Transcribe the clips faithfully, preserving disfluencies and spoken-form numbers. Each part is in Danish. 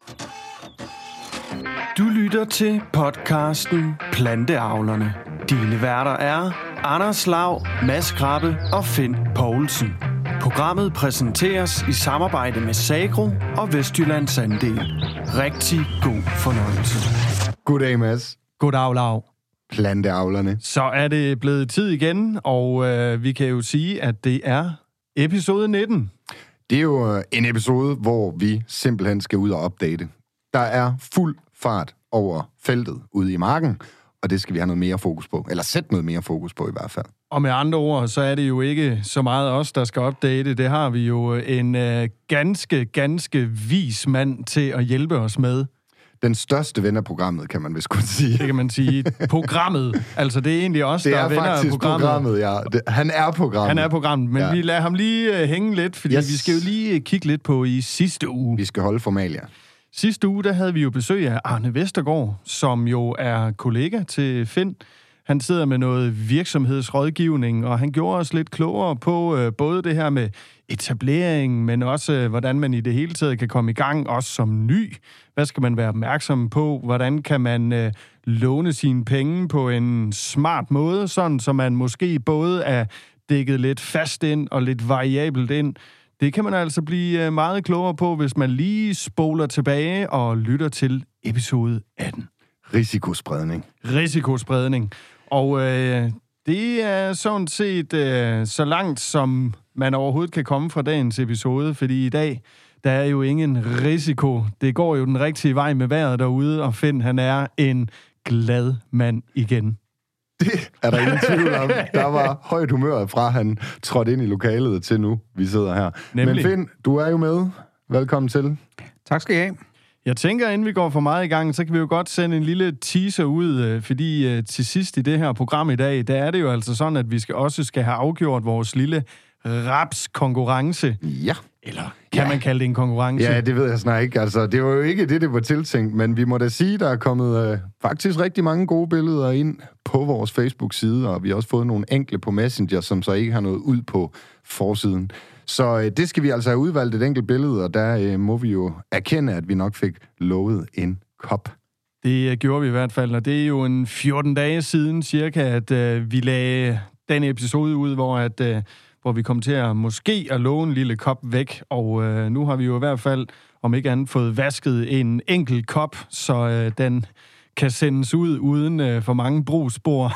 Du lytter til podcasten Planteavlerne. Dine værter er Anders Lav, Mads Krabbe og Finn Poulsen. Programmet præsenteres i samarbejde med Sagro og Vestjyllands Andel. Rigtig god fornøjelse. Goddag, Mads. Goddag, Lav. Planteavlerne. Så er det blevet tid igen, og øh, vi kan jo sige, at det er episode nitten. Det er jo en episode, hvor vi simpelthen skal ud og opdate. Der er fuld fart over feltet ude i marken, og det skal vi have noget mere fokus på. Eller sætte noget mere fokus på i hvert fald. Og med andre ord, så er det jo ikke så meget os, der skal opdate. Det har vi jo en øh, ganske, ganske vis mand til at hjælpe os med. Den største ven af programmet, kan man vist kunne sige. Det kan man sige. Programmet. Altså, det er egentlig os, der er venner af programmet. Det er faktisk programmet, ja. Det, han er programmet. Han er programmet, men ja. Vi lader ham lige uh, hænge lidt, fordi yes. vi skal jo lige kigge lidt på i sidste uge. Vi skal holde formalia. Sidste uge, der havde vi jo besøg af Arne Vestergaard, som jo er kollega til Finn. Han sidder med noget virksomhedsrådgivning, og han gjorde os lidt klogere på øh, både det her med etablering, men også øh, hvordan man i det hele taget kan komme i gang, også som ny. Hvad skal man være opmærksom på? Hvordan kan man øh, låne sine penge på en smart måde, sådan så man måske både er dækket lidt fast ind og lidt variabelt ind. Det kan man altså blive øh, meget klogere på, hvis man lige spoler tilbage og lytter til episode atten. Risikospredning. Risikospredning. Og øh, det er sådan set øh, så langt, som man overhovedet kan komme fra dagens episode, fordi i dag, der er jo ingen risiko. Det går jo den rigtige vej med vejret derude, og Finn, han er en glad mand igen. Det er der ingen tvivl om. Der var højt humør fra, han trådte ind i lokalet til nu, vi sidder her. Nemlig. Men Finn, du er jo med. Velkommen til. Tak skal I have. Jeg tænker, inden vi går for meget i gang, så kan vi jo godt sende en lille teaser ud, fordi til sidst i det her program i dag, der er det jo altså sådan, at vi skal også skal have afgjort vores lille rapskonkurrence. Ja. Eller kan ja. man kalde det en konkurrence? Ja, det ved jeg snart ikke. Altså, det var jo ikke det, det var tiltænkt, men vi må da sige, der er kommet øh, faktisk rigtig mange gode billeder ind på vores Facebook-side, og vi har også fået nogle enkle på Messenger, som så ikke har noget ud på forsiden. Så øh, det skal vi altså have udvalgt et enkelt billede, og der øh, må vi jo erkende, at vi nok fik lovet en kop. Det gjorde vi i hvert fald, og det er jo en fjorten dage siden cirka, at øh, vi lagde den episode ud, hvor, at, øh, hvor vi kom til at måske at love en lille kop væk, og øh, nu har vi jo i hvert fald, om ikke andet, fået vasket en enkelt kop, så øh, den kan sendes ud uden øh, for mange brugsspor.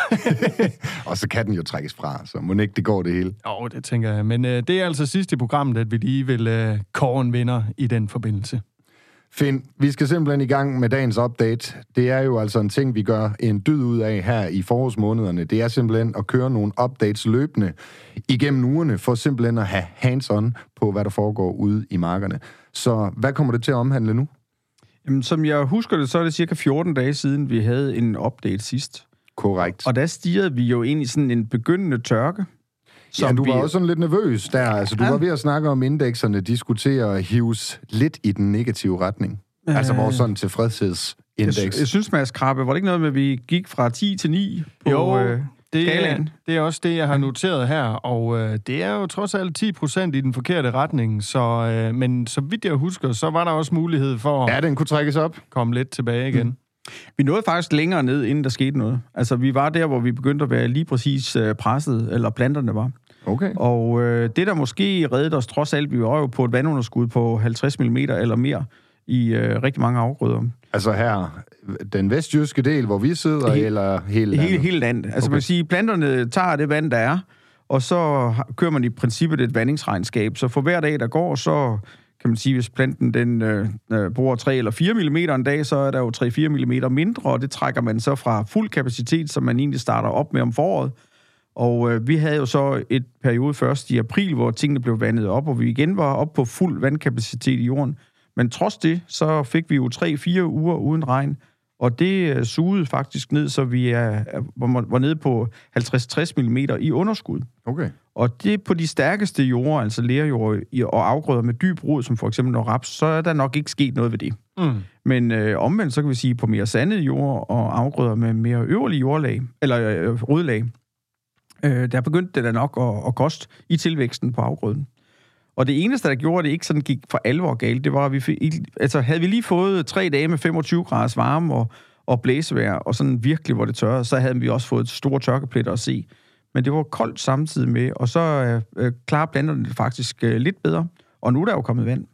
Og så kan den jo trækkes fra, så må ikke det går det hele. Jo, det tænker jeg. Men øh, det er altså sidst i programmet, at vi lige vil øh, kåre en vinder i den forbindelse. Finn, vi skal simpelthen i gang med dagens update. Det er jo altså en ting, vi gør en dyd ud af her i forårsmånederne. Det er simpelthen at køre nogle updates løbende igennem ugerne, for simpelthen at have hands-on på, hvad der foregår ude i markerne. Så hvad kommer det til at omhandle nu? Jamen, som jeg husker det, så er det cirka fjorten dage siden, vi havde en update sidst. Korrekt. Og der stirrede vi jo ind i sådan en begyndende tørke. Ja, du var vi... også sådan lidt nervøs der. Altså, du ja. var ved at snakke om indekserne, de skulle til at hives lidt i den negative retning. Øh... Altså vores sådan tilfredshedsindeks. Jeg, jeg synes, Mads Krabbe, var det ikke noget med, at vi gik fra ti til ni på jo, øh, det, er, det er også det, jeg har noteret her. Og øh, det er jo trods alt ti procent i den forkerte retning. Så, øh, men så vidt jeg husker, så var der også mulighed for at ja, den kunne trækkes op. komme lidt tilbage igen. Mm. Vi nåede faktisk længere ned, inden der skete noget. Altså, vi var der, hvor vi begyndte at være lige præcis øh, presset, eller planterne var. Okay. Og øh, det, der måske reddede os trods alt, vi var jo på et vandunderskud på halvtreds millimeter eller mere i øh, rigtig mange afgrøder. Altså her, den vestjyske del, hvor vi sidder, He- eller hele landet? Hele, hele landet. Altså okay. Man kan sige, planterne tager det vand, der er, og så kører man i princippet et vandingsregnskab. Så for hver dag, der går, så kan man sige, hvis planten den øh, bruger tre eller fire millimeter en dag, så er der jo tre til fire millimeter mindre, og det trækker man så fra fuld kapacitet, som man egentlig starter op med om foråret. Og øh, vi havde jo så et periode først i april, hvor tingene blev vandet op, og vi igen var op på fuld vandkapacitet i jorden. Men trods det, så fik vi jo tre til fire uger uden regn, og det øh, sugede faktisk ned, så vi er, var, var nede på halvtreds til tres millimeter i underskud. Okay. Og det på de stærkeste jorder, altså lerjord og afgrøder med dyb rod, som for eksempel noget raps, så er der nok ikke sket noget ved det. Mm. Men øh, omvendt, så kan vi sige, på mere sandede jorder og afgrøder med mere øverlige jordlag, eller øh, rodlag, øh, der begyndte det da nok at, at koste i tilvæksten på afgrøden. Og det eneste, der gjorde, at det ikke sådan gik for alvor galt, det var, at vi fik, altså, havde vi lige fået tre dage med femogtyve graders varme og, og blæsevejr, og sådan virkelig, hvor det tørrede, så havde vi også fået store tørkepletter at se. Men det var koldt samtidig med, og så øh, klarer planterne det faktisk øh, lidt bedre. Og nu er der jo kommet vand.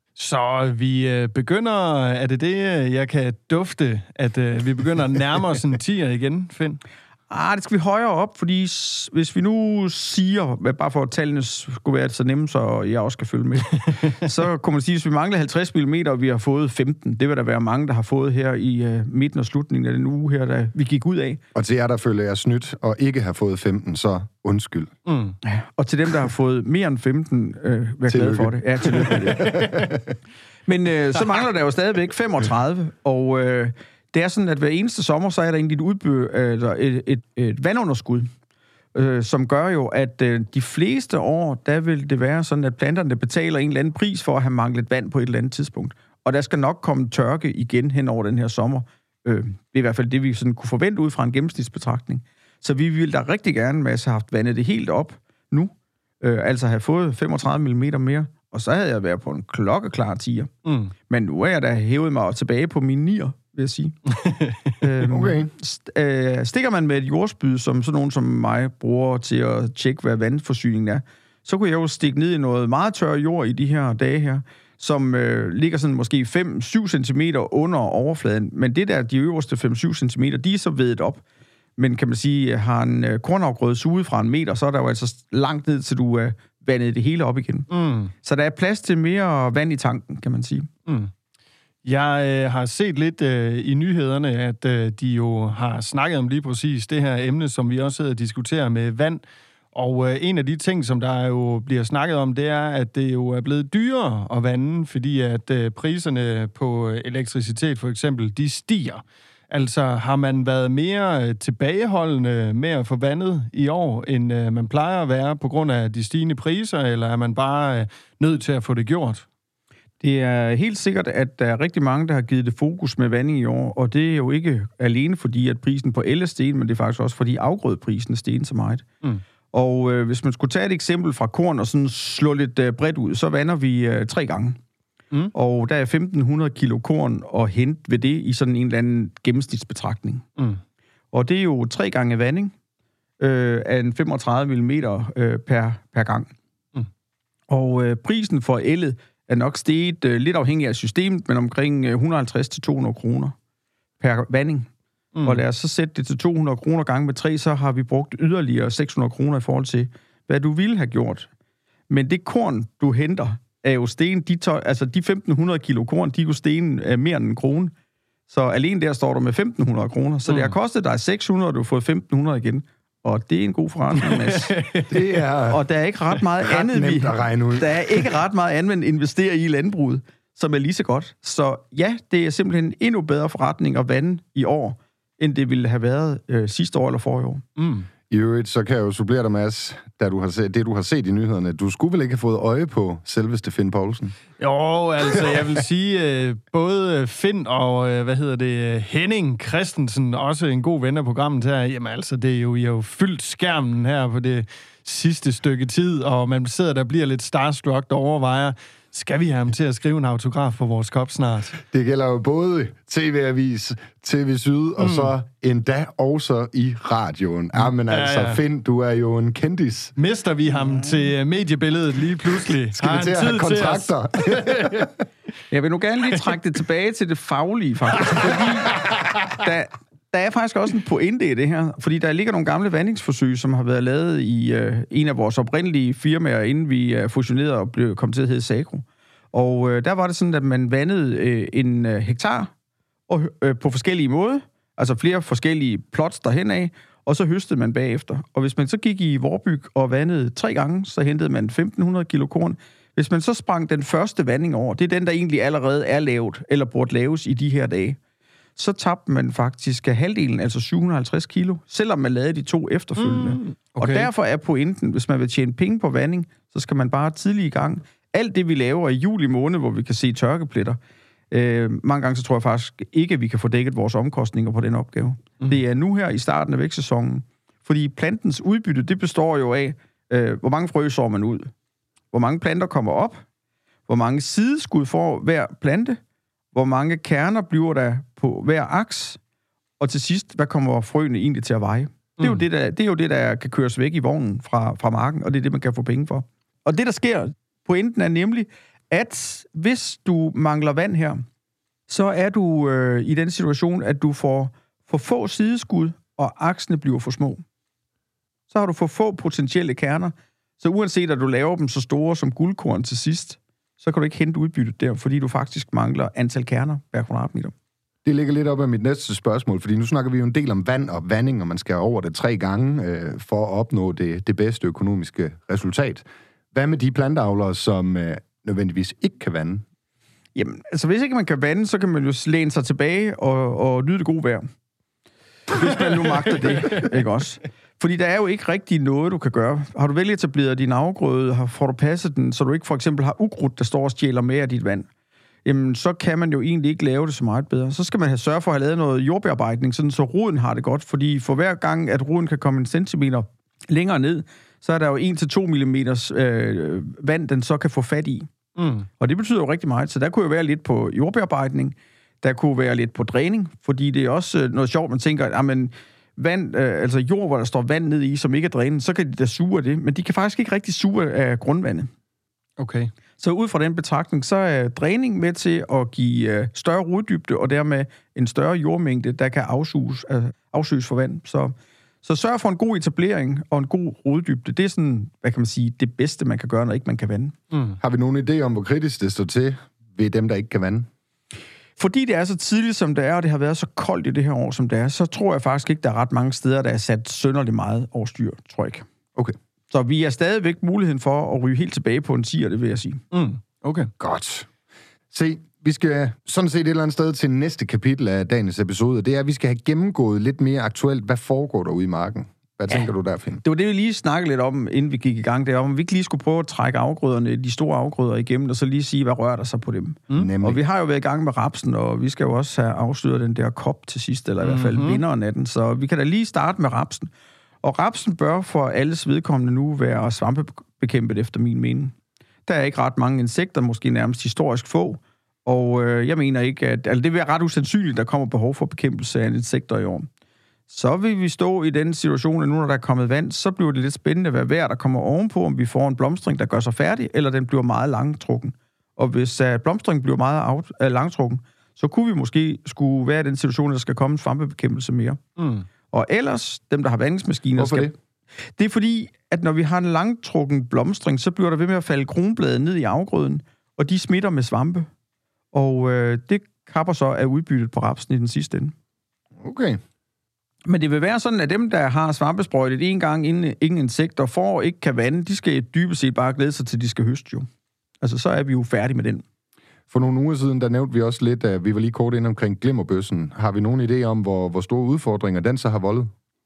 Så vi øh, begynder, er det det, jeg kan dufte, at øh, vi begynder at nærme os en tier igen, Finn? Ah, det skal vi højere op, fordi hvis vi nu siger, bare for at tallene skulle være så nemme, så jeg også skal følge med, så kunne man sige, at hvis vi mangler halvtreds millimeter, og vi har fået femten, det vil der være mange, der har fået her i uh, midten og slutningen af den uge her, da vi gik ud af. Og til jer, der føler jer snydt og ikke har fået femten, så undskyld. Mm. Ja, og til dem, der har fået mere end femten, øh, vær glad for det. Ja, tillykke med det. Men øh, så mangler der jo stadigvæk femogtredive, og... Øh, det er sådan, at hver eneste sommer, så er der egentlig et, udbø, altså et, et, et vandunderskud, øh, som gør jo, at øh, de fleste år, der vil det være sådan, at planterne betaler en eller anden pris for at have manglet vand på et eller andet tidspunkt. Og der skal nok komme tørke igen hen over den her sommer. Øh, det er i hvert fald det, vi sådan kunne forvente ud fra en gennemsnitsbetragtning. Så vi ville da rigtig gerne masse have haft vandet det helt op nu. Øh, altså have fået femogtredive millimeter mere. Og så havde jeg været på en klokkeklar tier. Mm. Men nu er jeg da hævet mig tilbage på mine nier, vil jeg sige. øhm, okay. St- øh, stikker man med et jordspyd, som sådan nogen som mig bruger til at tjekke, hvad vandforsyningen er, så kunne jeg jo stikke ned i noget meget tør jord i de her dage her, som øh, ligger sådan måske fem til syv centimeter under overfladen. Men det der, de øverste fem til syv centimeter, de er så vedet op. Men kan man sige, har en øh, kornafgrøde suget fra en meter, så er der jo altså langt ned, til du øh, vandet det hele op igen. Mm. Så der er plads til mere vand i tanken, kan man sige. Mm. Jeg øh, har set lidt øh, i nyhederne, at øh, de jo har snakket om lige præcis det her emne, som vi også sidder og diskuterer med vand. Og øh, en af de ting, som der jo bliver snakket om, det er, at det jo er blevet dyrere at vande, fordi at øh, priserne på elektricitet for eksempel, de stiger. Altså har man været mere tilbageholdende med at få vandet i år, end øh, man plejer at være på grund af de stigende priser, eller er man bare øh, nødt til at få det gjort? Det er helt sikkert, at der er rigtig mange, der har givet det fokus med vanding i år, og det er jo ikke alene fordi, at prisen på el er steget, men det er faktisk også fordi afgrødeprisen er steget så meget. Mm. Og øh, hvis man skulle tage et eksempel fra korn og sådan slå lidt øh, bredt ud, så vander vi øh, tre gange. Mm. Og der er femten hundrede kilo korn at hente ved det i sådan en eller anden gennemsnitsbetragtning. Mm. Og det er jo tre gange vanding øh, af en femogtredive millimeter øh, per, per gang. Mm. Og øh, prisen for ellet er nok steget øh, lidt afhængig af systemet, men omkring et hundrede og halvtreds til to hundrede kroner per vanding. Mm. Og lad os så sætte det til to hundrede kroner gange med tre, så har vi brugt yderligere seks hundrede kroner i forhold til, hvad du ville have gjort. Men det korn, du henter, er jo sten, de, tøj, altså de femten hundrede kilo korn, de er jo sten af mere end en krone. Så alene der står du med femten hundrede kroner. Så mm. det har kostet dig seks hundrede, og du har fået femten hundrede igen. Og det er en god forretning, Mads. Det er og der er ikke ret meget ret andet, vi, at regne ud. Der er ikke ret meget andet end investere i landbruget, som er lige så godt. Så ja, det er simpelthen en endnu bedre forretning at vande i år, end det ville have været øh, sidste år eller forrige år. Mm. I øvrigt, så kan jeg jo supplere dig, Mads, da du har set, det, du har set i nyhederne. Du skulle vel ikke have fået øje på selveste Finn Poulsen? Jo, altså, jeg vil sige, øh, både Finn og, øh, hvad hedder det, Henning Christensen, også en god ven af programmet her, jamen altså, det er jo, I har jo fyldt skærmen her på det sidste stykke tid, og man sidder der bliver lidt starstruck og overvejer, skal vi have ham til at skrive en autograf på vores kop snart? Det gælder jo både T V-avis, T V Syd, mm. og så endda også i radioen. Ja, men altså, ja, ja. Finn, du er jo en kendis. Mister vi ham mm. til mediebilledet lige pludselig? Skal vi til at have kontrakter? Jeg vil nu gerne lige trække det tilbage til det faglige, faktisk. Fordi der, der er faktisk også en pointe i det her. Fordi der ligger nogle gamle vandingsforsøg, som har været lavet i øh, en af vores oprindelige firmaer, inden vi øh, fusionerede og blev kom til at hedde Sagro. Og øh, der var det sådan, at man vandede øh, en øh, hektar og, øh, på forskellige måder. Altså flere forskellige plots derhen af, og så høstede man bagefter. Og hvis man så gik i Vorbyg og vandede tre gange, så hentede man femten hundrede kilo korn. Hvis man så sprang den første vanding over, det er den, der egentlig allerede er lavet, eller burde laves i de her dage, så tabte man faktisk halvdelen, altså syv hundrede og halvtreds kilo, selvom man lavede de to efterfølgende. Mm, okay. Og derfor er pointen, hvis man vil tjene penge på vanding, så skal man bare tidlig i gang. Alt det, vi laver i juli måned, hvor vi kan se tørkepletter, øh, mange gange så tror jeg faktisk ikke, at vi kan få dækket vores omkostninger på den opgave. Mm. Det er nu her i starten af vækstsæsonen, fordi plantens udbytte, det består jo af, øh, hvor mange frø sår man ud. hvor mange planter kommer op, hvor mange sideskud får hver plante, hvor mange kerner bliver der på hver aks, og til sidst, hvad kommer frøene egentlig til at veje? Det er, jo det, der, det er jo det, der kan køres væk i vognen fra, fra marken, og det er det, man kan få penge for. Og det, der sker, pointen er nemlig, at hvis du mangler vand her, så er du øh, i den situation, at du får for få sideskud, og aksene bliver for små. Så har du for få potentielle kerner, så uanset at du laver dem så store som guldkorn til sidst, så kan du ikke hente udbyttet der, fordi du faktisk mangler antal kerner per kvadratmeter. Det ligger lidt op af mit næste spørgsmål, fordi nu snakker vi jo en del om vand og vanding, og man skal over det tre gange øh, for at opnå det, det bedste økonomiske resultat. Hvad med de planteavlere, som øh, nødvendigvis ikke kan vande? Jamen, altså hvis ikke man kan vande, så kan man jo læne sig tilbage og, og nyde det gode vejr. Hvis man nu magter det, ikke også? Fordi der er jo ikke rigtig noget, du kan gøre. Har du vel etableret din afgrøde, får du passet den, så du ikke for eksempel har ukrudt, der står og stjæler med af dit vand, jamen så kan man jo egentlig ikke lave det så meget bedre. Så skal man have sørge for at have lavet noget jordbearbejdning, sådan så roden har det godt, fordi for hver gang, at roden kan komme en centimeter længere ned, så er der jo en til to millimeters øh, vand, den så kan få fat i. Mm. Og det betyder jo rigtig meget. Så der kunne jo være lidt på jordbearbejdning, der kunne være lidt på dræning, fordi det er også noget sjovt, man tænker, jamen vand, øh, altså jord, hvor der står vand ned i, som ikke er drænet, så kan de da suge det, men de kan faktisk ikke rigtig suge af grundvandet. Okay. Så ud fra den betragtning, så er dræning med til at give øh, større roddybde, og dermed en større jordmængde, der kan afsuges, øh, afsuges for vand. Så, så sørg for en god etablering og en god roddybde. Det er sådan, hvad kan man sige, det bedste, man kan gøre, når ikke man kan vande. Mm. Har vi nogen idé om, hvor kritisk det står til ved dem, der ikke kan vande? Fordi det er så tidligt, som det er, og det har været så koldt i det her år, som det er, så tror jeg faktisk ikke, der er ret mange steder, der er sat synderligt meget over styr, tror jeg ikke. Okay. Så vi er stadigvæk muligheden for at ryge helt tilbage på en tier, det vil jeg sige. Mm. Okay. Godt. Se, vi skal sådan set et eller andet sted til næste kapitel af dagens episode. Det er, at vi skal have gennemgået lidt mere aktuelt, hvad foregår der ude i marken. Hvad ja. tænker du der, Finn? Det var det, vi lige snakkede lidt om, inden vi gik i gang. Det er, om vi ikke lige skulle prøve at trække afgrøderne, de store afgrøder igennem, og så lige sige, hvad rører der sig på dem. Mm. Og vi har jo været i gang med rapsen, og vi skal jo også have afsløret den der kop til sidst, eller i hvert fald mm-hmm. vinderen af den. Så vi kan da lige starte med rapsen. Og rapsen bør for alles vedkommende nu være svampebekæmpet, efter min mening. Der er ikke ret mange insekter, måske nærmest historisk få, og øh, jeg mener ikke, at altså, det vil være ret usandsynligt, at der kommer behov for bekæmpelse af insekter i år. Så vil vi stå i den situation, at nu når der er kommet vand, så bliver det lidt spændende, hvad vejr der kommer ovenpå, om vi får en blomstring, der gør sig færdig, eller den bliver meget langtrukken. Og hvis uh, blomstringen bliver meget out, uh, langtrukken, så kunne vi måske skulle være i den situation, at der skal komme en svampebekæmpelse mere. Mm. Og ellers, dem der har vandingsmaskiner... Hvorfor skal... det? Det er fordi, at når vi har en langtrukken blomstring, så bliver der ved med at falde kronblade ned i afgrøden, og de smitter med svampe. Og øh, det kapper så af udbyttet på rapsen i den sidste ende. Okay. Men det vil være sådan, at dem, der har svampesprøjtet en gang, inden ingen insekter får og ikke kan vande, de skal dybest set bare glæde sig til, de skal høste jo. Altså, så er vi jo færdige med den. For nogle uger siden, der nævnte vi også lidt, at vi var lige kort ind omkring glimmerbøssen. Har vi nogen idé om, hvor, hvor store udfordringer den så har voldet?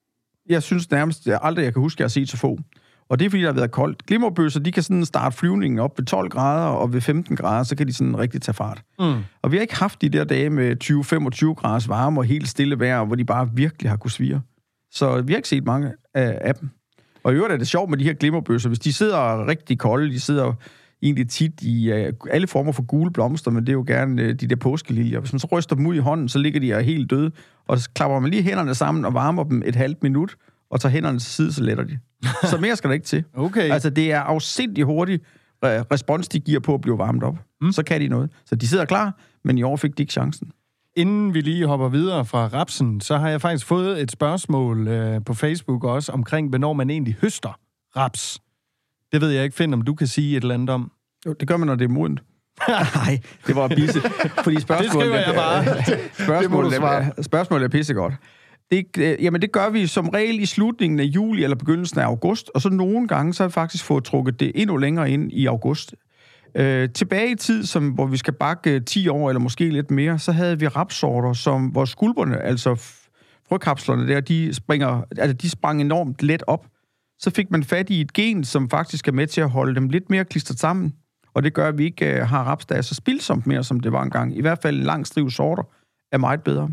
Jeg synes nærmest, jeg aldrig jeg kan huske, at jeg har set så få. Og det er, fordi der har været koldt. Glimmerbøsser, de kan sådan starte flyvningen op ved tolv grader, og ved femten grader, så kan de sådan rigtig tage fart. Mm. Og vi har ikke haft de der dage med tyve til femogtyve graders varme og helt stille vejr, hvor de bare virkelig har kunne svire. Så vi har ikke set mange af, af dem. Og i øvrigt er det sjovt med de her glimmerbøsser. Hvis de sidder rigtig kolde, de sidder egentlig tit i uh, alle former for gule blomster, men det er jo gerne uh, de der påskeliljer. Hvis man så ryster dem ud i hånden, så ligger de her helt døde, og så klapper man lige hænderne sammen og varmer dem et halvt minut, og tager hænderne til side, så letter de. Så mere skal der ikke til. Okay. Altså, det er afsindig hurtigt respons, de giver på at blive varmet op. Mm. Så kan de noget. Så de sidder klar, men i år fik de ikke chancen. Inden vi lige hopper videre fra rapsen, så har jeg faktisk fået et spørgsmål øh, på Facebook også omkring, hvornår man egentlig høster raps. Det ved jeg ikke, Finn, om du kan sige et eller andet om. Jo, det gør man, når det er modent. Nej, det var pisse. Fordi spørgsmålet, det skriver jeg bare. spørgsmålet, er, spørgsmålet er pissegodt. Det, jamen, det gør vi som regel i slutningen af juli eller begyndelsen af august, og så nogle gange, så har vi faktisk fået trukket det endnu længere ind i august. Øh, tilbage i tid, som, hvor vi skal bakke ti år eller måske lidt mere, så havde vi rapsorter, som, hvor skulperne, altså frøkapslerne der, de, springer, altså, de sprang enormt let op. Så fik man fat i et gen, som faktisk er med til at holde dem lidt mere klistret sammen, og det gør, at vi ikke uh, har raps, der er så spildsomt mere, som det var engang. I hvert fald en lang strive sorter er meget bedre.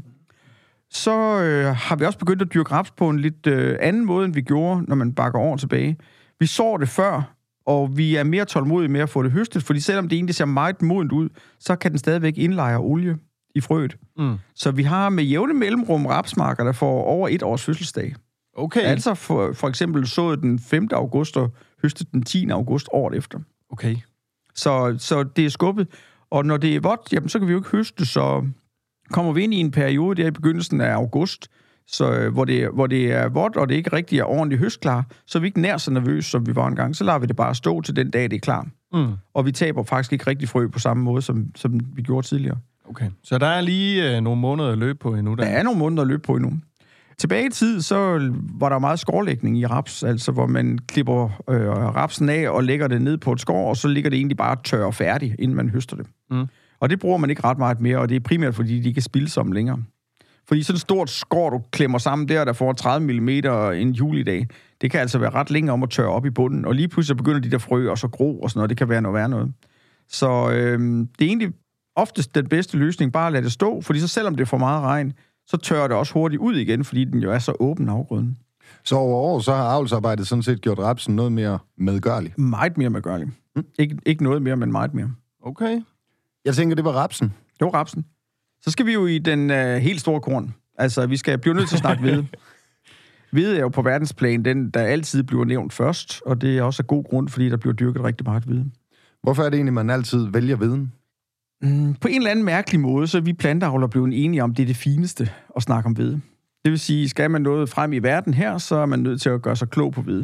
Så øh, har vi også begyndt at dyrke raps på en lidt øh, anden måde, end vi gjorde, når man bakker år tilbage. Vi så det før, og vi er mere tålmodige med at få det høstet, fordi selvom det egentlig ser meget modent ud, så kan den stadigvæk indlejre olie i frøet. Mm. Så vi har med jævne mellemrum rapsmarker, der får over et års fødselsdag. Okay. Altså for, for eksempel sået den femte august og høstet den tiende august året efter. Okay. Så, så det er skubbet. Og når det er vådt, jamen, så kan vi jo ikke høste, så kommer vi ind i en periode der i begyndelsen af august, så, hvor, det, hvor det er vådt, og det ikke rigtig er ordentligt høstklar, så er vi ikke nær så nervøse, som vi var engang. Så lader vi det bare stå til den dag, det er klar. Mm. Og vi taber faktisk ikke rigtig frø på samme måde, som, som vi gjorde tidligere. Okay, så der er lige øh, nogle måneder at løbe på endnu? Der. der er nogle måneder at løbe på endnu. Tilbage i tid, så var der meget skårlægning i raps, altså hvor man klipper øh, rapsen af og lægger det ned på et skår, og så ligger det egentlig bare tør og færdigt, inden man høster det. Mm. Og det bruger man ikke ret meget mere, og det er primært, fordi de ikke kan spilde som længere. Fordi sådan et stort skår, du klemmer sammen der, der får tredive millimeter en juledag, det kan altså være ret længe om at tørre op i bunden, og lige pludselig begynder de der frø og så gro og sådan noget, det kan være noget værre noget. Så øh, det er egentlig oftest den bedste løsning, bare at lade det stå, fordi så selvom det får meget regn, så tørrer det også hurtigt ud igen, fordi den jo er så åben afgrøden. Så over år, så har avlsarbejdet sådan set gjort rapsen noget mere medgørlig? Meget mere medgørlig. Mm. Ikke, ikke noget mere, men meget mere. Okay. Jeg tænker, det var rapsen. Det var rapsen. Så skal vi jo i den øh, helt store korn. Altså, vi skal blive nødt til at snakke hvede. Hvede er jo på verdensplan den, der altid bliver nævnt først, og det er også af god grund, fordi der bliver dyrket rigtig meget hvede. Hvorfor er det egentlig, man altid vælger hveden? Mm, på en eller anden mærkelig måde, så er vi planteavlere blevet enige om, det er det fineste at snakke om hvede. Det vil sige, skal man noget frem i verden her, så er man nødt til at gøre sig klog på hvede.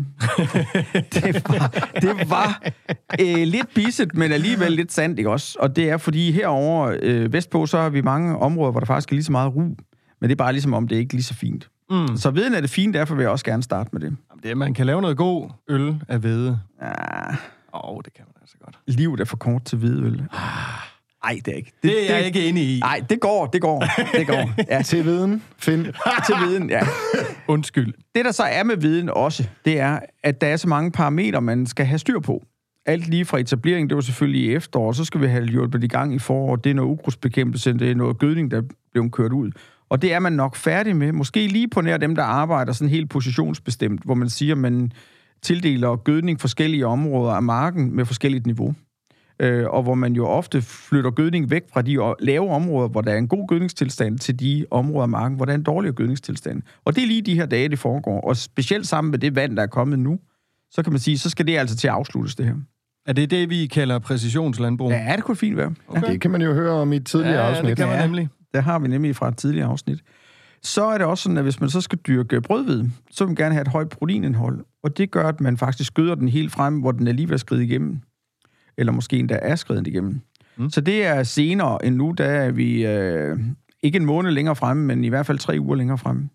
det var, det var øh, lidt bisset, men alligevel lidt sandt, ikke også? Og det er, fordi herovre øh, vestpå, så har vi mange områder, hvor der faktisk er lige så meget ru, men det er bare ligesom om, det er ikke lige så fint. Mm. Så hveden er det fint, derfor vil jeg også gerne starte med det. Jamen, det man kan lave noget god øl af hvede. Ja. Åh, oh, det kan man altså godt. Livet er for kort til hvedeøl. Nej, det er ikke. Det, det er jeg det, ikke enig i. Nej, det går, det går, det går. Ja. Til viden, Finn. Til viden, ja. Undskyld. Det, der så er med viden også, det er, at der er så mange parametre, man skal have styr på. Alt lige fra etablering, det var selvfølgelig i efterår, så skal vi have hjulpet i gang i forår. Det er noget ukrudtsbekæmpelse, det er noget gødning, der blev kørt ud. Og det er man nok færdig med. Måske lige på nær dem, der arbejder sådan helt positionsbestemt, hvor man siger, at man tildeler gødning forskellige områder af marken med forskelligt niveau. Øh, og hvor man jo ofte flytter gødning væk fra de lave områder, hvor der er en god gødningstilstand, til de områder af marken, hvor der er en dårlig gødningstilstand. Og det er lige de her dage, det foregår. Og specielt sammen med det vand, der er kommet nu, så kan man sige, så skal det altså til at afsluttes, det her. Er det det, vi kalder præcisionslandbrug? Ja, det kunne fint være. Okay. Ja, det kan man jo høre om i et tidligere ja, afsnit. Ja, det kan man nemlig. Det har vi nemlig fra et tidligere afsnit. Så er det også sådan, at hvis man så skal dyrke brødhvede, så vil man gerne have et højt proteinindhold. Og det gør, at man faktisk gøder den helt frem, hvor den er lige ved at skride igennem. Eller måske endda er skridet igennem. Mm. Så det er senere end nu, der er vi øh, ikke en måned længere fremme, men i hvert fald tre uger længere fremme.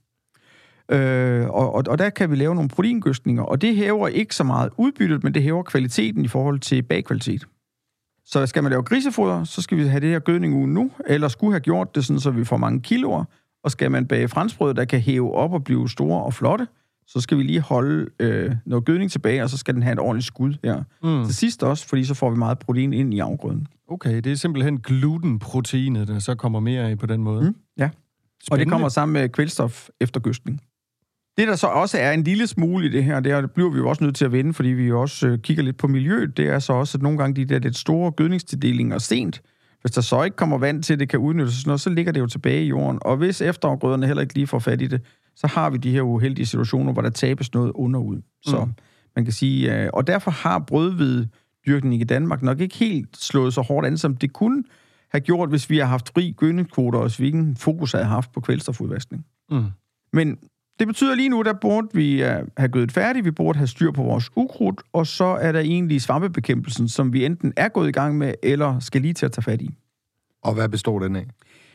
Øh, og, og, og der kan vi lave nogle proteingødskninger, og det hæver ikke så meget udbyttet, men det hæver kvaliteten i forhold til bagkvalitet. Så skal man lave grisefoder, så skal vi have det her gødning ugen nu, eller skulle have gjort det sådan, så vi får mange kiloer, og skal man bage franskbrød, der kan hæve op og blive store og flotte, så skal vi lige holde øh, noget gødning tilbage, og så skal den have et ordentligt skud her. Mm. Til sidst også, fordi så får vi meget protein ind i afgrøden. Okay, det er simpelthen glutenproteinet, der så kommer mere af på den måde. Mm, ja, spændende. Og det kommer sammen med kvælstof efter gødskning. Det, der så også er en lille smule i det her, det, er, det bliver vi jo også nødt til at vende, fordi vi jo også øh, kigger lidt på miljøet, det er så også, at nogle gange de der lidt store gødningstildelinger sent, hvis der så ikke kommer vand til, det kan udnyttes sådan noget, så ligger det jo tilbage i jorden. Og hvis efterafgrøderne heller ikke lige får fat i det, så har vi de her uheldige situationer, hvor der tabes noget underud. Så mm. man kan sige, øh, og derfor har brødhvededyrkning i Danmark nok ikke helt slået så hårdt an, som det kunne have gjort, hvis vi har haft fri gødningskvoter, og hvis vi ikke fokus havde haft på kvælstofudvaskning. Mm. Men det betyder lige nu, der burde vi have gødet færdigt, vi burde have styr på vores ukrudt, og så er der egentlig svampebekæmpelsen, som vi enten er gået i gang med, eller skal lige til at tage fat i. Og hvad består den af?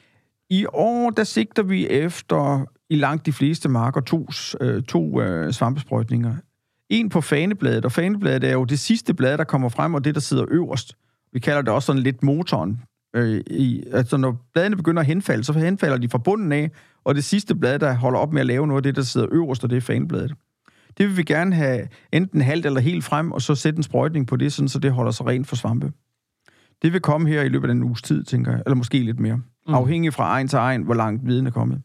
I år, der sigter vi efter, i langt de fleste marker, to, øh, to øh, svampesprøjtninger. En på fanebladet, og fanebladet er jo det sidste blad, der kommer frem, og det, der sidder øverst. Vi kalder det også sådan lidt motoren. Øh, i, altså, når bladene begynder at henfalde, så henfalder de fra bunden af, og det sidste blad, der holder op med at lave noget af det, der sidder øverst, og det er fanebladet. Det vil vi gerne have enten halvt eller helt frem, og så sætte en sprøjtning på det, sådan, så det holder sig rent for svampe. Det vil komme her i løbet af en uges tid, tænker jeg, eller måske lidt mere. Mm. Afhængig fra egen til egen, hvor langt viden er kommet.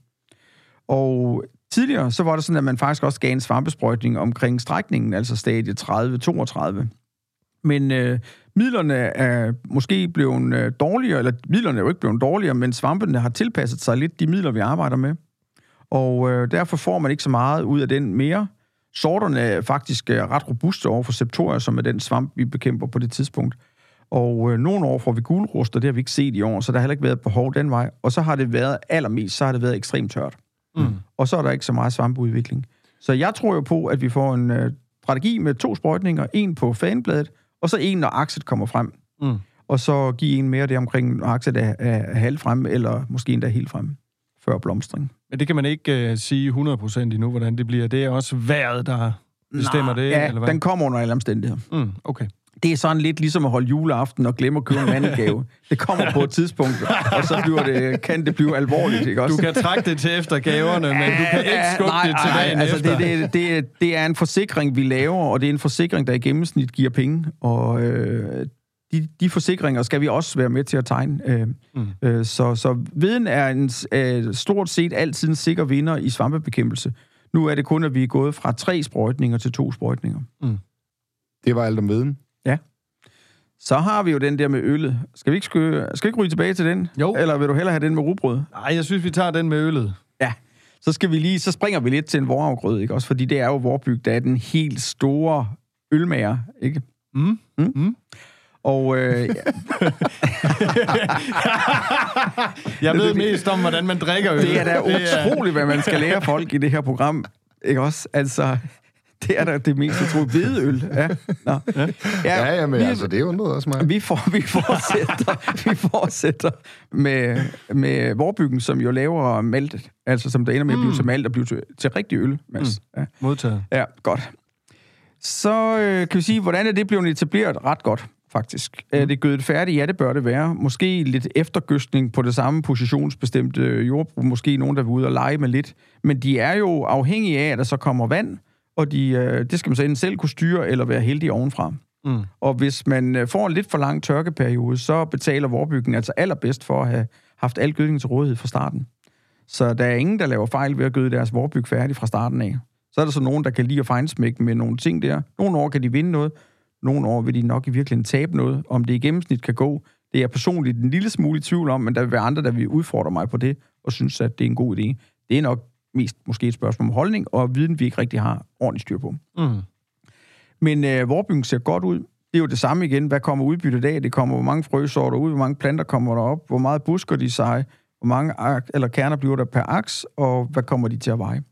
Og tidligere, så var det sådan, at man faktisk også gav en svampesprøjtning omkring strækningen, altså stadie tredive til toogtredive. Men øh, midlerne er måske blevet øh, dårligere, eller midlerne er jo ikke blevet dårligere, men svampene har tilpasset sig lidt de midler, vi arbejder med. Og øh, derfor får man ikke så meget ud af den mere. Sorterne er faktisk øh, ret robuste over for septoria, som er den svamp, vi bekæmper på det tidspunkt. Og øh, nogle år får vi gulrust, og det har vi ikke set i år, så der har heller ikke været behov den vej. Og så har det været allermest, så har det været ekstremt tørt. Mm. Og så er der ikke så meget svampeudvikling. Så jeg tror jo på, at vi får en øh, strategi med to sprøjtninger, en på fanbladet, og så en, når akset kommer frem. Mm. Og så give en mere der omkring, når akset er, er halvt frem, eller måske endda helt frem, før blomstring. Men det kan man ikke uh, sige hundrede procent endnu, hvordan det bliver. Det er også vejret, der bestemmer Nej, det, ja, eller hvad? Den kommer under alle omstændigheder. Mm, okay. Det er sådan lidt ligesom at holde juleaften og glemme at købe en mandelgave. Det kommer på et tidspunkt, og så bliver det, kan det blive alvorligt, ikke også? Du kan trække det til efter gaverne, men du kan ikke skubbe nej, det til nej, dagen altså efter. Det, det, det, det er en forsikring, vi laver, og det er en forsikring, der i gennemsnit giver penge. Og øh, de, de forsikringer skal vi også være med til at tegne. Øh, mm. øh, så, så viden er en, øh, stort set altid en sikker vinder i svampebekæmpelse. Nu er det kun, at vi er gået fra tre sprøjtninger til to sprøjtninger. Mm. Det var alt om viden. Ja. Så har vi jo den der med øllet. Skal vi ikke, skø... Skal vi ikke ryge tilbage til den? Jo. Eller vil du hellere have den med rugbrød? Nej, jeg synes, vi tager den med øllet. Ja. Så skal vi lige, så springer vi lidt til en vorafgrøde, ikke også? Fordi det er jo Vorbyg, der er den helt store ølmager, ikke? Mm. Mm. Mm. Og øh, jeg ved mest om, hvordan man drikker øl. Det er da utroligt, hvad man skal lære folk i det her program, ikke også? Altså, det er da det mest utroligt. Hvedeøl, ja. Nå. Ja, ja, ja, men vi, altså, det undrede også mig. Vi, for, vi fortsætter, vi fortsætter med, med Vorbyggen, som jo laver maltet, altså som der ender med at blive til malt og blive til, til rigtig øl, Mads. Mm. Ja. Modtaget. Ja, godt. Så øh, kan vi sige, hvordan er det blevet etableret? Ret godt, faktisk. Mm. Er det gødet færdigt? Ja, det bør det være. Måske lidt eftergøstning på det samme positionsbestemte jordbrug. Måske nogen, der vil ud og lege med lidt. Men de er jo afhængige af, at der så kommer vand, og de, øh, det skal man så enten selv kunne styre, eller være heldig ovenfra. Mm. Og hvis man får en lidt for lang tørkeperiode, så betaler Vorbyggen altså allerbedst for at have haft al gødning til rådighed fra starten. Så der er ingen, der laver fejl ved at gøde deres Vorbyg færdig fra starten af. Så er der så nogen, der kan lide at fejnsmække med nogle ting der. Nogle år kan de vinde noget, nogle år vil de nok i virkeligheden tabe noget. Om det i gennemsnit kan gå, det er jeg personligt en lille smule i tvivl om, men der vil være andre, der vil udfordre mig på det, og synes, at det er en god idé. Det er nok mest måske et spørgsmål om holdning, og viden, vi ikke rigtig har ordentligt styr på. Mm. Men øh, Vorbyggen ser godt ud. Det er jo det samme igen. Hvad kommer udbyttet af? Det kommer, hvor mange frøsorter ud, hvor mange planter kommer der op, hvor meget busker de sig, hvor mange eller kerner bliver der per aks, og hvad kommer de til at veje?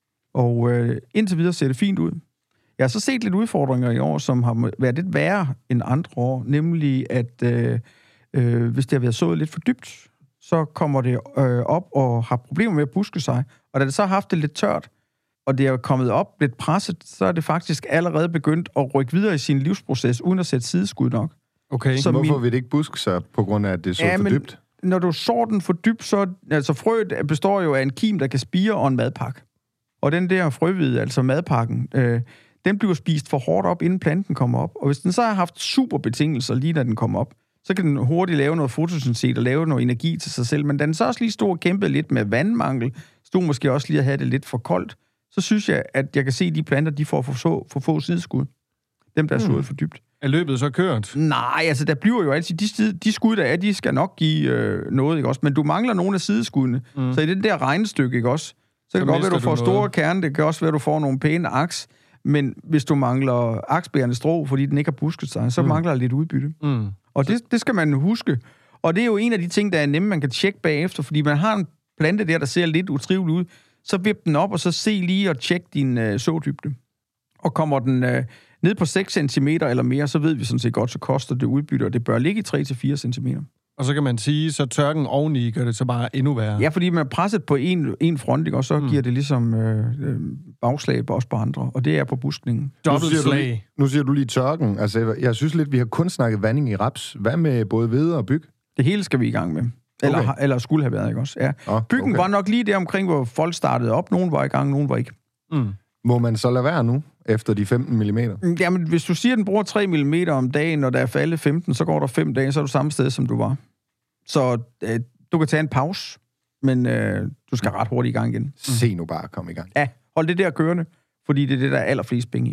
Og øh, indtil videre ser det fint ud. Jeg har så set lidt udfordringer i år, som har været lidt værre end andre år, nemlig at øh, øh, hvis det har været sået lidt for dybt, så kommer det øh, op og har problemer med at buske sig. Og da det så har haft det lidt tørt, og det er kommet op lidt presset, så er det faktisk allerede begyndt at rykke videre i sin livsproces, uden at sætte sideskud nok. Okay, så hvorfor min... vil det ikke buske sig, på grund af, at det er så ja, for dybt? Når du sår den for dybt, så... Altså frøet består jo af en kim, der kan spire, og en madpakke. Og den der frøhvide, altså madpakken, øh, den bliver spist for hårdt op, inden planten kommer op. Og hvis den så har haft super betingelser, lige da den kommer op, så kan den hurtigt lave noget fotosyntet og lave noget energi til sig selv. Men da den så også lige stod og kæmpede lidt med vandmangel, stod måske også lige at have det lidt for koldt, så synes jeg, at jeg kan se, at de planter, de får for, så, for få sideskud. Dem, der er sået for dybt. Er løbet så kørt? Nej, altså der bliver jo altid... De, de skud, der er, de skal nok give øh, noget, ikke også? Men du mangler nogle af sideskuddene. Mm. Så i det der regnestykke, ikke også? Så, så kan det godt være, at du får du store kerner. Det kan også være, at du får nogle pæne aks. Men hvis du mangler aksbærende strå, fordi den ikke har busket sig, så mm. mangler der lidt udbytte. Mm. Og det, det skal man huske. Og det er jo en af de ting, der er nemme, man kan tjekke bagefter, fordi man har en plante der, der ser lidt utriveligt ud. Så vip den op, og så se lige og tjek din øh, sådybde. Og kommer den øh, ned på seks centimeter eller mere, så ved vi sådan set godt, så koster det udbytte, og det bør ligge i tre til fire centimeter. Og så kan man sige, så tørken oveni gør det så bare endnu værre. Ja, fordi man er presset på en, en front, ikke? Og så mm. giver det ligesom øh, øh, bagslag også på andre, og det er på buskningen. Dobbeltslag. Nu, nu siger du lige tørken. Altså, jeg synes lidt, vi har kun snakket vanding i raps. Hvad med både hvede og byg? Det hele skal vi i gang med. Eller, okay. eller skulle have været, ikke også? Ja. Oh, Byggen okay. var nok lige der omkring, hvor folk startede op. Nogen var i gang, nogen var ikke. Mm. Må man så lade være nu, efter de femten millimeter? Jamen, hvis du siger, at den bruger tre millimeter om dagen, og der er faldet femten, så går der fem dage, så er du samme sted, som du var. Så øh, du kan tage en pause, men øh, du skal ret hurtigt i gang igen. Mm. Se nu bare at komme i gang. Ja, hold det der kørende, fordi det er det, der er allerflest penge i.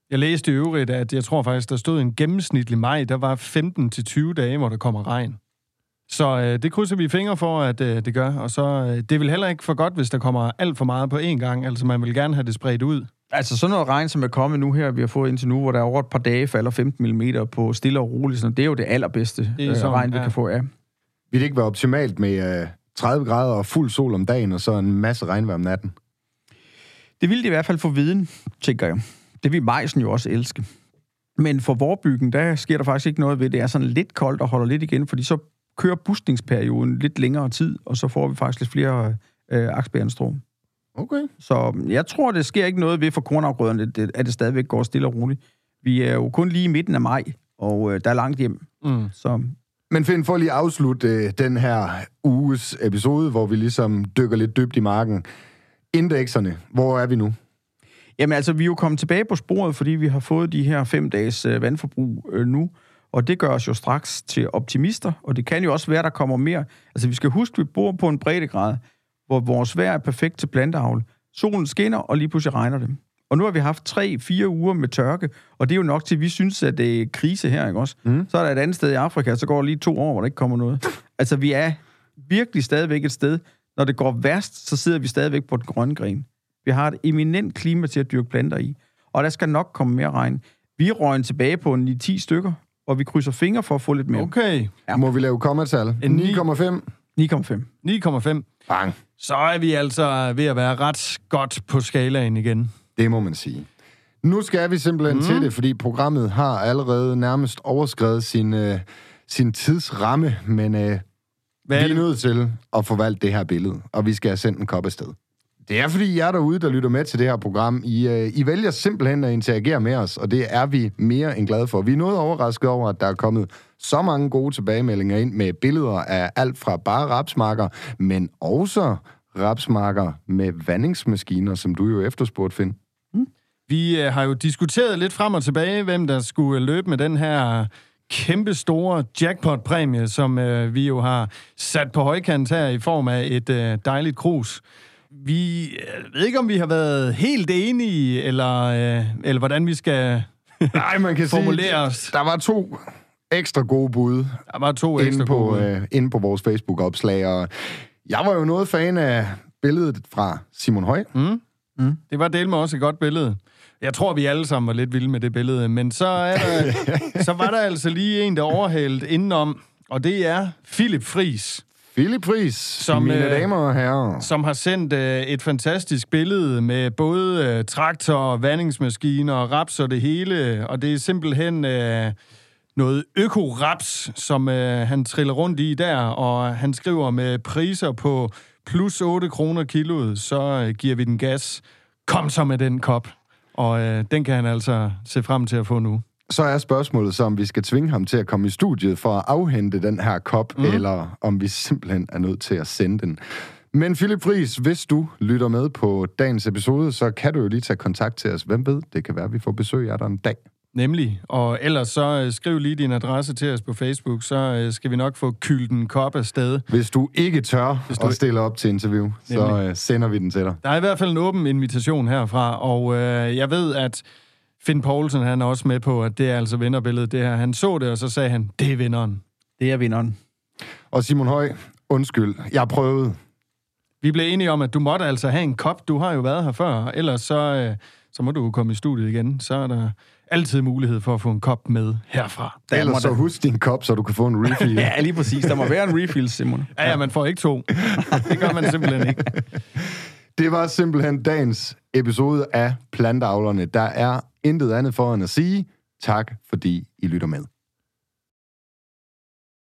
Jeg læste i øvrigt, at jeg tror faktisk, der stod en gennemsnitlig maj, der var femten til tyve dage, hvor der kommer regn. Så øh, det krydser vi fingre for, at øh, det gør. Og så øh, det vil heller ikke for godt, hvis der kommer alt for meget på én gang. Altså, man vil gerne have det spredt ud. Altså, sådan noget regn, som er kommet nu her, vi har fået indtil nu, hvor der over et par dage falder femten millimeter på stille og roligt. Sådan, det er jo det allerbedste det er sådan, øh, regn, vi ja. kan få af. Vil det ikke være optimalt med øh, tredive grader og fuld sol om dagen, og så en masse regnvejr om natten? Det ville de i hvert fald få viden, tænker jeg. Det vil majsen jo også elske. Men for vorbyggen, der sker der faktisk ikke noget ved det. Det er sådan lidt koldt og holder lidt igen, fordi så kører buskningsperioden lidt længere tid, og så får vi faktisk lidt flere øh, aksbærende strå. Okay. Så jeg tror, det sker ikke noget ved for kornafgrøderne, det, at det stadigvæk går stille og roligt. Vi er jo kun lige i midten af maj, og øh, der er langt hjem. Mm. Så... Men Finn, for lige at afslutte øh, den her uges episode, hvor vi ligesom dykker lidt dybt i marken. Indekserne, hvor er vi nu? Jamen altså, vi er jo kommet tilbage på sporet, fordi vi har fået de her fem dages øh, vandforbrug øh, nu, og det gør os jo straks til optimister, og det kan jo også være, der kommer mere. Altså, vi skal huske, at vi bor på en breddegrad, hvor vores vejr er perfekt til planteavl. Solen skinner, og lige pludselig regner det. Og nu har vi haft tre, fire uger med tørke, og det er jo nok til, at vi synes, at det er krise her, ikke også? Mm. Så er der et andet sted i Afrika, så går der lige to år, hvor der ikke kommer noget. Altså, vi er virkelig stadigvæk et sted. Når det går værst, så sidder vi stadigvæk på den grønne gren. Vi har et eminent klima til at dyrke planter i, og der skal nok komme mere regn. Vi er røgnet tilbage på ni ti stykker, og vi krydser fingre for at få lidt mere. Okay. Ja. Må vi lave kommatal? ni komma fem? ni komma fem. ni komma fem. Bang. Så er vi altså ved at være ret godt på skalaen igen. Det må man sige. Nu skal vi simpelthen mm. til det, fordi programmet har allerede nærmest overskredet sin, øh, sin tidsramme, men øh, vi er nødt til at forvalte det her billede, og vi skal have sendt en kop afsted. Det er, fordi jer derude, der lytter med til det her program, I, øh, I vælger simpelthen at interagere med os, og det er vi mere end glade for. Vi er noget overrasket over, at der er kommet så mange gode tilbagemeldinger ind med billeder af alt fra bare rapsmarker, men også rapsmarker med vandingsmaskiner, som du jo efterspurgte, Finn. Mm. Vi øh, har jo diskuteret lidt frem og tilbage, hvem der skulle løbe med den her kæmpe store jackpot-præmie, som øh, vi jo har sat på højkant her i form af et øh, dejligt krus. Vi øh, ved ikke, om vi har været helt enige, eller, øh, eller hvordan vi skal Nej, man kan formulere os. Der var to ekstra gode bud. Der var to ekstra inde på, gode bud. Øh, inde på vores Facebook-opslag, og jeg var jo noget fan af billedet fra Simon Høj. Mm. Mm. Det var delt med også et godt billede. Jeg tror, vi alle sammen var lidt vilde med det billede, men så, er der, så var der altså lige en, der overhældt indenom, og det er Philip Friis. Philip Friis, som, mine øh, damer og herrer. Som har sendt øh, et fantastisk billede med både øh, traktor, vandingsmaskiner, raps og det hele, og det er simpelthen øh, noget øko-raps, som øh, han triller rundt i der, og han skriver med priser på plus otte kroner kiloet, så øh, giver vi den gas. Kom så med den kop. Og øh, den kan han altså se frem til at få nu. Så er spørgsmålet så, om vi skal tvinge ham til at komme i studiet for at afhente den her kop, mm. eller om vi simpelthen er nødt til at sende den. Men Philip Friis, hvis du lytter med på dagens episode, så kan du jo lige tage kontakt til os. Hvem ved, det kan være, at vi får besøg af dig en dag. Nemlig. Og ellers så skriv lige din adresse til os på Facebook, så skal vi nok få kyldt en kop af sted. Hvis du ikke tør du... at stille op til interview, Nemlig. så sender vi den til dig. Der er i hvert fald en åben invitation herfra, og øh, jeg ved, at Finn Poulsen, han er også med på, at det er altså vinderbilledet, det her. Han så det, og så sagde han, det er vinderen. Det er vinderen. Og Simon Høj, undskyld, jeg prøvede. Vi blev enige om, at du måtte altså have en kop. Du har jo været her før, ellers så, øh, så må du komme i studiet igen. Så er der altid mulighed for at få en kop med herfra. Der ellers så husk din kop, så du kan få en refill. Ja, lige præcis. Der må være en refill, Simon. Ja, ja, man får ikke to. Det gør man simpelthen ikke. Det var simpelthen dagens episode af Planteavlerne. Der er intet andet for end at sige tak, fordi I lytter med.